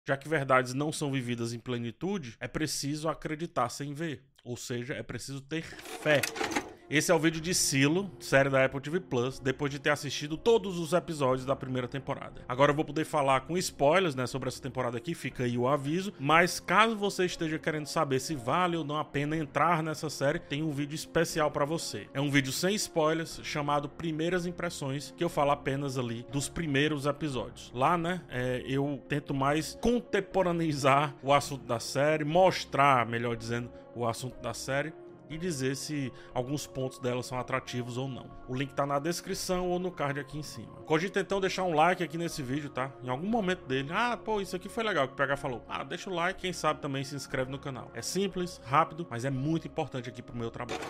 Já que verdades não são vividas em plenitude, é preciso acreditar sem ver. Ou seja, é preciso ter fé. Esse é o vídeo de Silo, série da Apple TV Plus, depois de ter assistido todos os episódios da primeira temporada. Agora eu vou poder falar com spoilers, né, sobre essa temporada aqui, fica aí o aviso, mas caso você esteja querendo saber se vale ou não a pena entrar nessa série, tem um vídeo especial pra você. É um vídeo sem spoilers, chamado Primeiras Impressões, que eu falo apenas ali dos primeiros episódios. Lá, né, eu tento mais contemporaneizar o assunto da série, mostrar, melhor dizendo, o assunto da série, e dizer se alguns pontos dela são atrativos ou não. O link tá na descrição ou no card aqui em cima. Cogita então deixar um like aqui nesse vídeo, tá? Em algum momento dele, pô, isso aqui foi legal, que o PH falou. Deixa o like, quem sabe também se inscreve no canal. É simples, rápido, mas é muito importante aqui pro meu trabalho.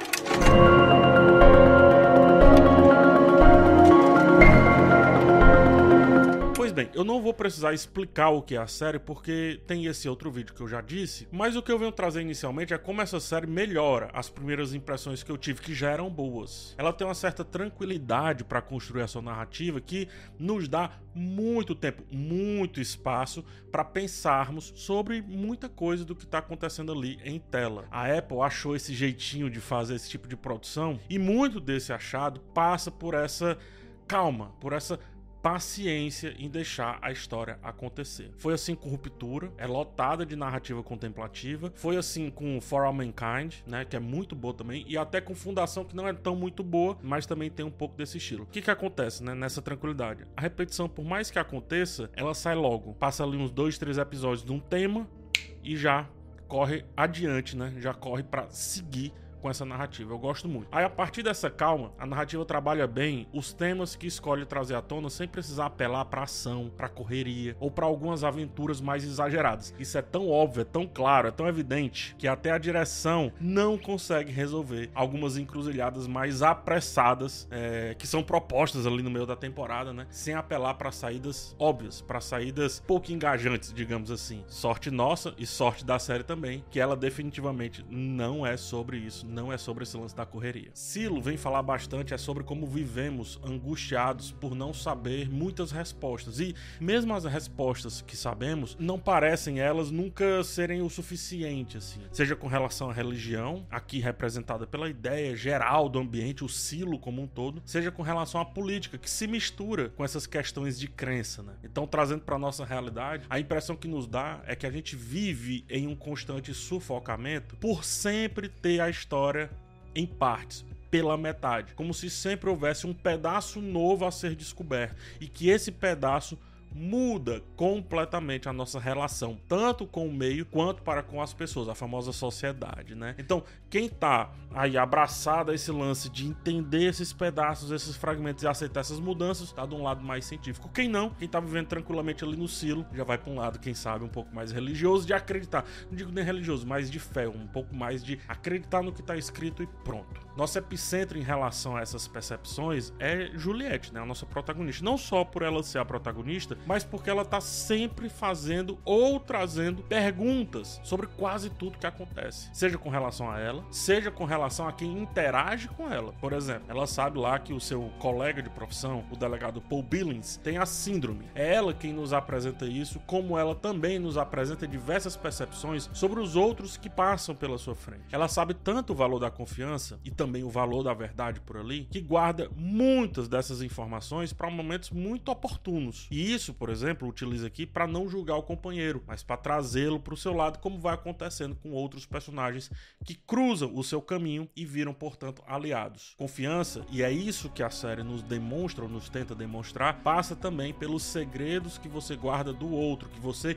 Pois bem, eu não vou precisar explicar o que é a série, porque tem esse outro vídeo que eu já disse, mas o que eu venho trazer inicialmente é como essa série melhora as primeiras impressões que eu tive, que já eram boas. Ela tem uma certa tranquilidade para construir essa narrativa que nos dá muito tempo, muito espaço para pensarmos sobre muita coisa do que está acontecendo ali em tela. A Apple achou esse jeitinho de fazer esse tipo de produção e muito desse achado passa por essa calma, por essa paciência em deixar a história acontecer. Foi assim com Ruptura, é lotada de narrativa contemplativa. Foi assim com For All Mankind, né, que é muito boa também, e até com Fundação, que não é tão muito boa, mas também tem um pouco desse estilo. O que acontece, né, nessa tranquilidade? A repetição, por mais que aconteça, ela sai logo. Passa ali uns 2, 3 episódios de um tema e já corre adiante, né? Já corre para seguir com essa narrativa. Eu gosto muito. Aí, a partir dessa calma, a narrativa trabalha bem os temas que escolhe trazer à tona sem precisar apelar pra ação, pra correria ou pra algumas aventuras mais exageradas. Isso é tão óbvio, é tão claro, é tão evidente que até a direção não consegue resolver algumas encruzilhadas mais apressadas que são propostas ali no meio da temporada, né? Sem apelar pra saídas óbvias, pra saídas pouco engajantes, digamos assim. Sorte nossa e sorte da série também, que ela definitivamente não é sobre isso. Não é sobre esse lance da correria. Silo vem falar bastante sobre como vivemos angustiados por não saber muitas respostas. E mesmo as respostas que sabemos, não parecem elas nunca serem o suficiente, assim. Seja com relação à religião, aqui representada pela ideia geral do ambiente, o silo como um todo, seja com relação à política, que se mistura com essas questões de crença, né? Então, trazendo para nossa realidade, a impressão que nos dá é que a gente vive em um constante sufocamento por sempre ter a história em partes, pela metade, como se sempre houvesse um pedaço novo a ser descoberto e que esse pedaço muda completamente a nossa relação, tanto com o meio quanto para com as pessoas, a famosa sociedade, né? Então, quem tá aí abraçado a esse lance de entender esses pedaços, esses fragmentos e aceitar essas mudanças, tá de um lado mais científico. Quem não, quem tá vivendo tranquilamente ali no silo, já vai para um lado, quem sabe, um pouco mais religioso, de acreditar. Não digo nem religioso, mas de fé, um pouco mais de acreditar no que tá escrito e pronto. Nosso epicentro em relação a essas percepções é Juliette, né? A nossa protagonista. Não só por ela ser a protagonista, mas porque ela tá sempre fazendo ou trazendo perguntas sobre quase tudo que acontece. Seja com relação a ela, seja com relação a quem interage com ela. Por exemplo, ela sabe lá que o seu colega de profissão, o delegado Paul Billings, tem a síndrome. É ela quem nos apresenta isso, como ela também nos apresenta diversas percepções sobre os outros que passam pela sua frente. Ela sabe tanto o valor da confiança e também o valor da verdade por ali, que guarda muitas dessas informações para momentos muito oportunos. E isso, por exemplo, utiliza aqui para não julgar o companheiro, mas para trazê-lo para o seu lado, como vai acontecendo com outros personagens que cruzam o seu caminho e viram, portanto, aliados. Confiança, e é isso que a série nos demonstra, ou nos tenta demonstrar, passa também pelos segredos que você guarda do outro, que você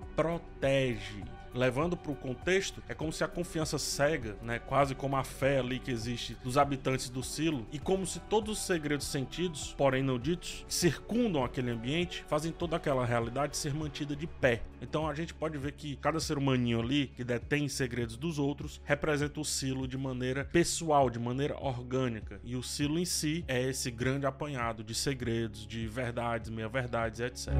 protege. Levando para o contexto, é como se a confiança cega, né, quase como a fé ali que existe dos habitantes do silo, e como se todos os segredos sentidos, porém não ditos, que circundam aquele ambiente, fazem toda aquela realidade ser mantida de pé. Então a gente pode ver que cada ser humaninho ali, que detém segredos dos outros, representa o silo de maneira pessoal, de maneira orgânica. E o silo em si é esse grande apanhado de segredos, de verdades, meia-verdades, etc.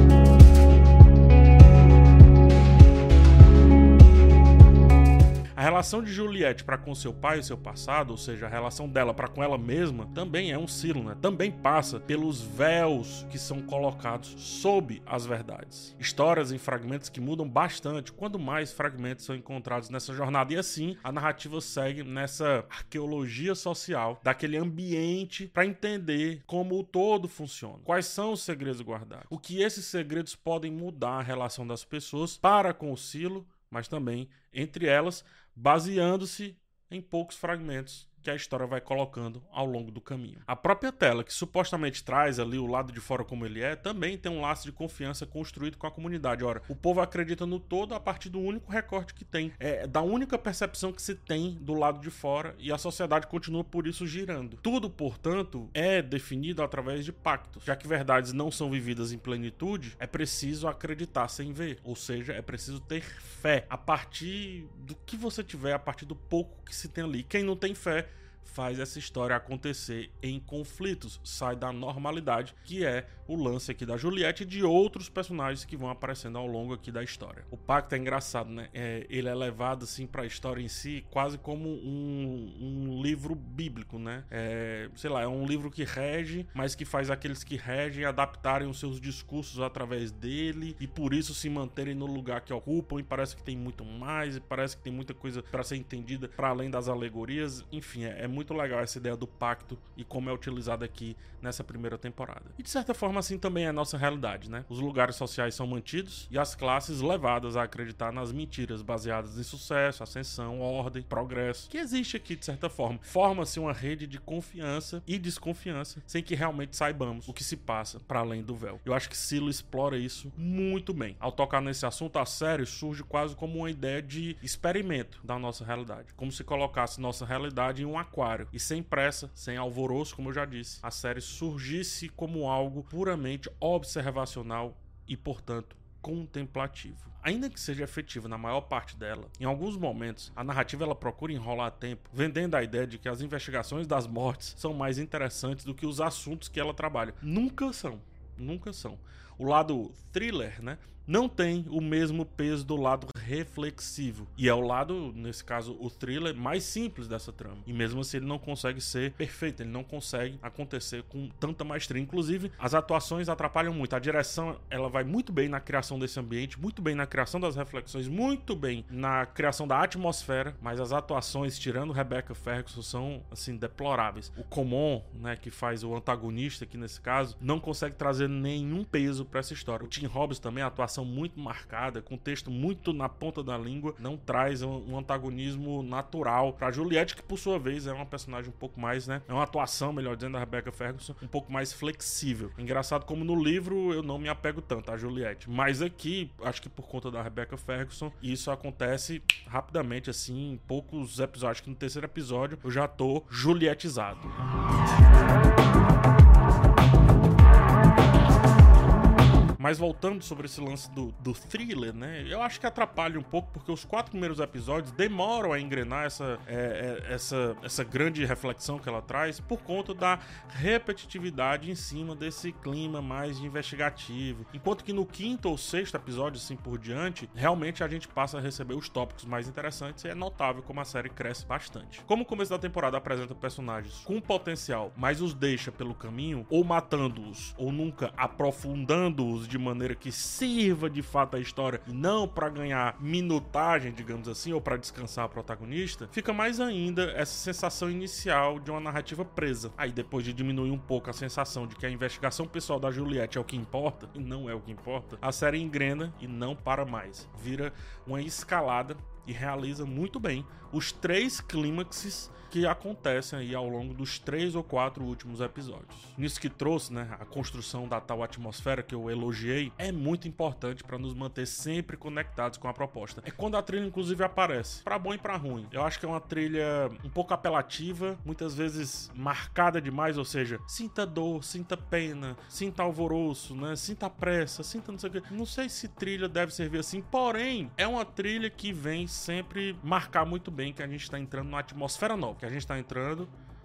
A relação de Juliette para com seu pai e seu passado, ou seja, a relação dela para com ela mesma, também é um silo, né? Também passa pelos véus que são colocados sob as verdades. Histórias em fragmentos que mudam bastante quando mais fragmentos são encontrados nessa jornada. E assim, a narrativa segue nessa arqueologia social daquele ambiente para entender como o todo funciona. Quais são os segredos guardados? O que esses segredos podem mudar a relação das pessoas para com o silo, mas também entre elas, baseando-se em poucos fragmentos que a história vai colocando ao longo do caminho. A própria tela, que supostamente traz ali o lado de fora como ele é, também tem um laço de confiança construído com a comunidade. Ora, o povo acredita no todo a partir do único recorte que tem, da única percepção que se tem do lado de fora, e a sociedade continua por isso girando. Tudo, portanto, é definido através de pactos. Já que verdades não são vividas em plenitude, é preciso acreditar sem ver, ou seja, é preciso ter fé a partir do que você tiver, a partir do pouco que se tem ali. Quem não tem fé faz essa história acontecer em conflitos, sai da normalidade, que é o lance aqui da Juliette e de outros personagens que vão aparecendo ao longo aqui da história. O pacto é engraçado, né? Ele é levado assim para a história em si quase como um livro bíblico, né? Sei lá, é um livro que rege, mas que faz aqueles que regem adaptarem os seus discursos através dele e por isso se manterem no lugar que ocupam, e parece que tem muito mais, e parece que tem muita coisa para ser entendida para além das alegorias. Enfim, é muito legal essa ideia do pacto e como é utilizado aqui nessa primeira temporada. E de certa forma assim também é a nossa realidade, né? Os lugares sociais são mantidos e as classes levadas a acreditar nas mentiras baseadas em sucesso, ascensão, ordem, progresso, que existe aqui de certa forma. Forma-se uma rede de confiança e desconfiança sem que realmente saibamos o que se passa para além do véu. Eu acho que Silo explora isso muito bem. Ao tocar nesse assunto, a série surge quase como uma ideia de experimento da nossa realidade, como se colocasse nossa realidade em um aquário e sem pressa, sem alvoroço, como eu já disse, a série surgisse como algo puramente observacional e, portanto, contemplativo. Ainda que seja efetiva na maior parte dela, em alguns momentos a narrativa ela procura enrolar tempo, vendendo a ideia de que as investigações das mortes são mais interessantes do que os assuntos que ela trabalha. Nunca são. O lado thriller, né, não tem o mesmo peso do lado reflexivo. E é o lado, nesse caso, o thriller mais simples dessa trama. E mesmo assim ele não consegue ser perfeito, ele não consegue acontecer com tanta maestria. Inclusive, as atuações atrapalham muito. A direção, ela vai muito bem na criação desse ambiente, muito bem na criação das reflexões, muito bem na criação da atmosfera, mas as atuações, tirando Rebecca Ferguson, são, assim, deploráveis. O Common, né, que faz o antagonista aqui nesse caso, não consegue trazer nenhum peso pra essa história. O Tim Robbins também, a atuação muito marcada, com texto muito na ponta da língua, não traz um antagonismo natural pra Juliette, que por sua vez é uma personagem um pouco mais, né, é uma atuação, melhor dizendo, da Rebecca Ferguson, um pouco mais flexível. Engraçado como no livro eu não me apego tanto a Juliette, mas aqui, acho que por conta da Rebecca Ferguson, isso acontece rapidamente, assim, em poucos episódios. Acho que no terceiro episódio eu já tô julietizado. Mas voltando sobre esse lance do thriller, né? Eu acho que atrapalha um pouco, porque os 4 primeiros episódios demoram a engrenar essa grande reflexão que ela traz, por conta da repetitividade em cima desse clima mais investigativo. Enquanto que no 5º ou 6º episódio, assim por diante, realmente a gente passa a receber os tópicos mais interessantes, e é notável como a série cresce bastante. Como o começo da temporada apresenta personagens com potencial, mas os deixa pelo caminho, ou matando-os, ou nunca aprofundando-os de maneira que sirva de fato a história e não para ganhar minutagem, digamos assim, ou para descansar a protagonista, fica mais ainda essa sensação inicial de uma narrativa presa. Aí depois de diminuir um pouco a sensação de que a investigação pessoal da Juliette é o que importa, e não é o que importa, a série engrena e não para mais. Vira uma escalada e realiza muito bem os 3 clímaxes que acontecem aí ao longo dos 3 ou 4 últimos episódios. Nisso que trouxe, né, a construção da tal atmosfera que eu elogiei, é muito importante para nos manter sempre conectados com a proposta. É quando a trilha, inclusive, aparece, para bom e para ruim. Eu acho que é uma trilha um pouco apelativa, muitas vezes marcada demais, ou seja, sinta dor, sinta pena, sinta alvoroço, né, sinta pressa, sinta não sei o que. Não sei se trilha deve servir assim, porém, é uma trilha que vem sempre marcar muito bem que a gente está entrando numa atmosfera nova, que a gente está entrando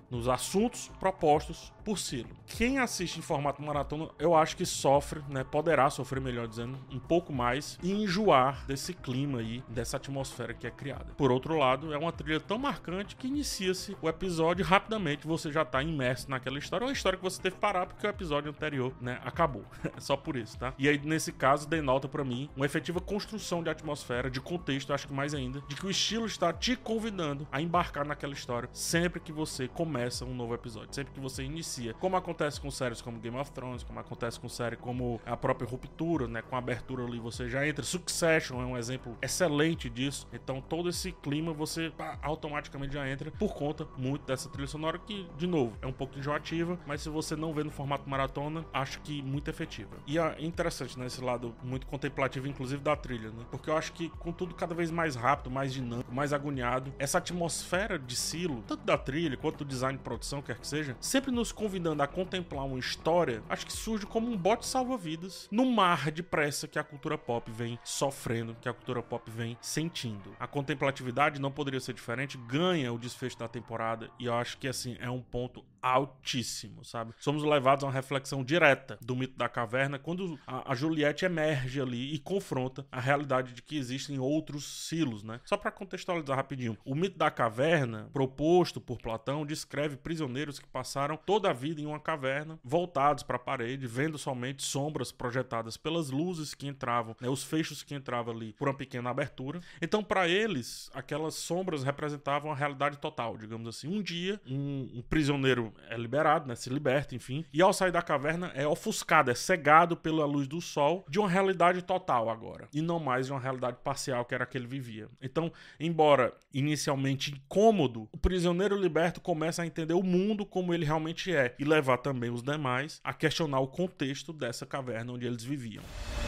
nos assuntos propostos por Silo. Quem assiste em formato maratona, eu acho que sofre, né, poderá sofrer, melhor dizendo, um pouco mais e enjoar desse clima aí, dessa atmosfera que é criada. Por outro lado, é uma trilha tão marcante que inicia-se o episódio e rapidamente você já tá imerso naquela história, uma história que você teve que parar porque o episódio anterior, né, acabou. Só por isso, tá? E aí, nesse caso, denota pra mim uma efetiva construção de atmosfera, de contexto, acho que mais ainda, de que o estilo está te convidando a embarcar naquela história sempre que você começa um novo episódio, sempre que você inicia, como acontece com séries como Game of Thrones, como acontece com séries como a própria Ruptura, né, com a abertura ali você já entra. Succession é um exemplo excelente disso. Então todo esse clima você automaticamente já entra por conta muito dessa trilha sonora que, de novo, é um pouco enjoativa, mas se você não vê no formato maratona, acho que muito efetiva. E é interessante, né, esse lado muito contemplativo, inclusive da trilha, né, porque eu acho que com tudo cada vez mais rápido, mais dinâmico, mais agoniado, essa atmosfera de Silo, tanto da trilha quanto do design de produção, quer que seja, sempre nos convidando a contemplar uma história, acho que surge como um bote salva-vidas no mar de pressa que a cultura pop vem sofrendo, que a cultura pop vem sentindo. A contemplatividade não poderia ser diferente, ganha o desfecho da temporada e eu acho que, assim, é um ponto altíssimo, sabe? Somos levados a uma reflexão direta do mito da caverna quando a Juliette emerge ali e confronta a realidade de que existem outros Silos, né? Só para contextualizar rapidinho, o mito da caverna, proposto por Platão, descreve prisioneiros que passaram toda a vida em uma caverna, voltados para a parede, vendo somente sombras projetadas pelas luzes que entravam, né, os feixes que entravam ali por uma pequena abertura. Então, para eles, aquelas sombras representavam a realidade total, digamos assim. Um dia, um prisioneiro é liberado, né, se liberta, enfim, e ao sair da caverna é ofuscado, é cegado pela luz do sol de uma realidade total agora, e não mais de uma realidade parcial que era a que ele vivia. Então, embora inicialmente incômodo, o prisioneiro liberto começa a entender o mundo como ele realmente é e levar também os demais a questionar o contexto dessa caverna onde eles viviam.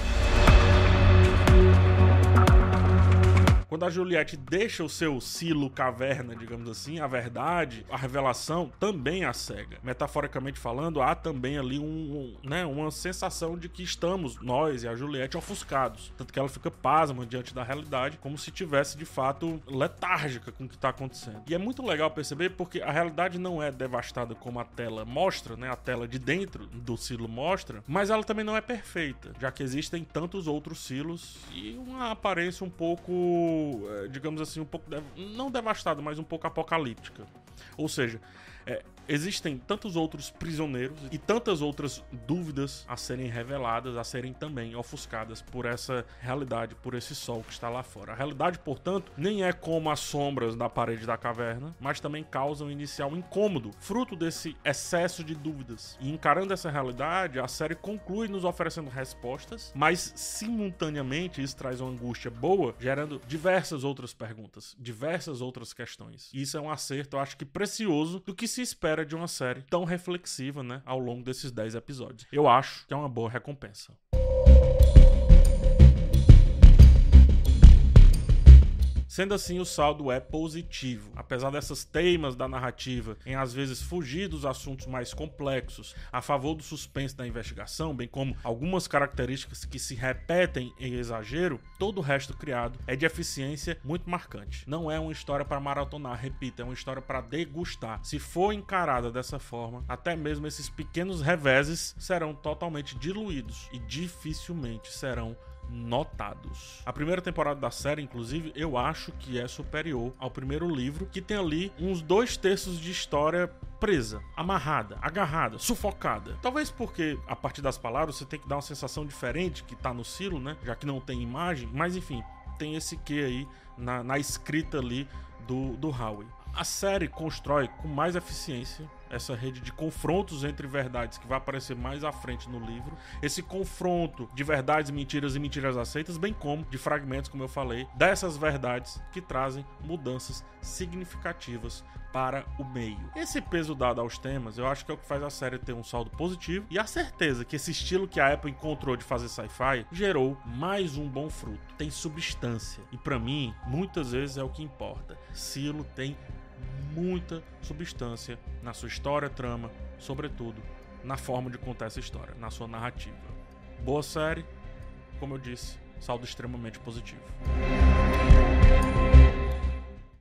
Quando a Juliette deixa o seu silo caverna, digamos assim, a verdade, a revelação também a cega. Metaforicamente falando, há também ali uma sensação de que estamos, nós e a Juliette, ofuscados. Tanto que ela fica pasma diante da realidade, como se tivesse, de fato, letárgica com o que está acontecendo. E é muito legal perceber porque a realidade não é devastada como a tela mostra, né? A tela de dentro do silo mostra, mas ela também não é perfeita, já que existem tantos outros silos e uma aparência um pouco, digamos assim, um pouco, não devastada, mas um pouco apocalíptica. Ou seja, existem tantos outros prisioneiros e tantas outras dúvidas a serem reveladas, a serem também ofuscadas por essa realidade, por esse sol que está lá fora. A realidade, portanto, nem é como as sombras da parede da caverna, mas também causa um inicial incômodo, fruto desse excesso de dúvidas. E encarando essa realidade, a série conclui nos oferecendo respostas, mas simultaneamente isso traz uma angústia boa, gerando diversas outras perguntas, diversas outras questões. E isso é um acerto, eu acho que precioso, do que se espera de uma série tão reflexiva, né, ao longo desses 10 episódios. Eu acho que é uma boa recompensa. Sendo assim, o saldo é positivo. Apesar dessas teimas da narrativa em às vezes fugir dos assuntos mais complexos a favor do suspense da investigação, bem como algumas características que se repetem em exagero, todo o resto criado é de eficiência muito marcante. Não é uma história para maratonar, repito, é uma história para degustar. Se for encarada dessa forma, até mesmo esses pequenos reveses serão totalmente diluídos e dificilmente serão notados. A primeira temporada da série, inclusive, eu acho que é superior ao primeiro livro, que tem ali uns 2/3 de história presa, amarrada, agarrada, sufocada. Talvez porque, a partir das palavras, você tem que dar uma sensação diferente que tá no silo, né? Já que não tem imagem, mas enfim, tem esse quê aí na escrita ali do Howie. A série constrói com mais eficiência essa rede de confrontos entre verdades que vai aparecer mais à frente no livro. Esse confronto de verdades e mentiras aceitas, bem como de fragmentos, como eu falei, dessas verdades que trazem mudanças significativas para o meio. Esse peso dado aos temas, eu acho que é o que faz a série ter um saldo positivo, e a certeza que esse estilo que a Apple encontrou de fazer sci-fi gerou mais um bom fruto. Tem substância, e para mim, muitas vezes é o que importa. Silo tem muita substância na sua história, trama, sobretudo na forma de contar essa história, na sua narrativa. Boa série, como eu disse, saldo extremamente positivo.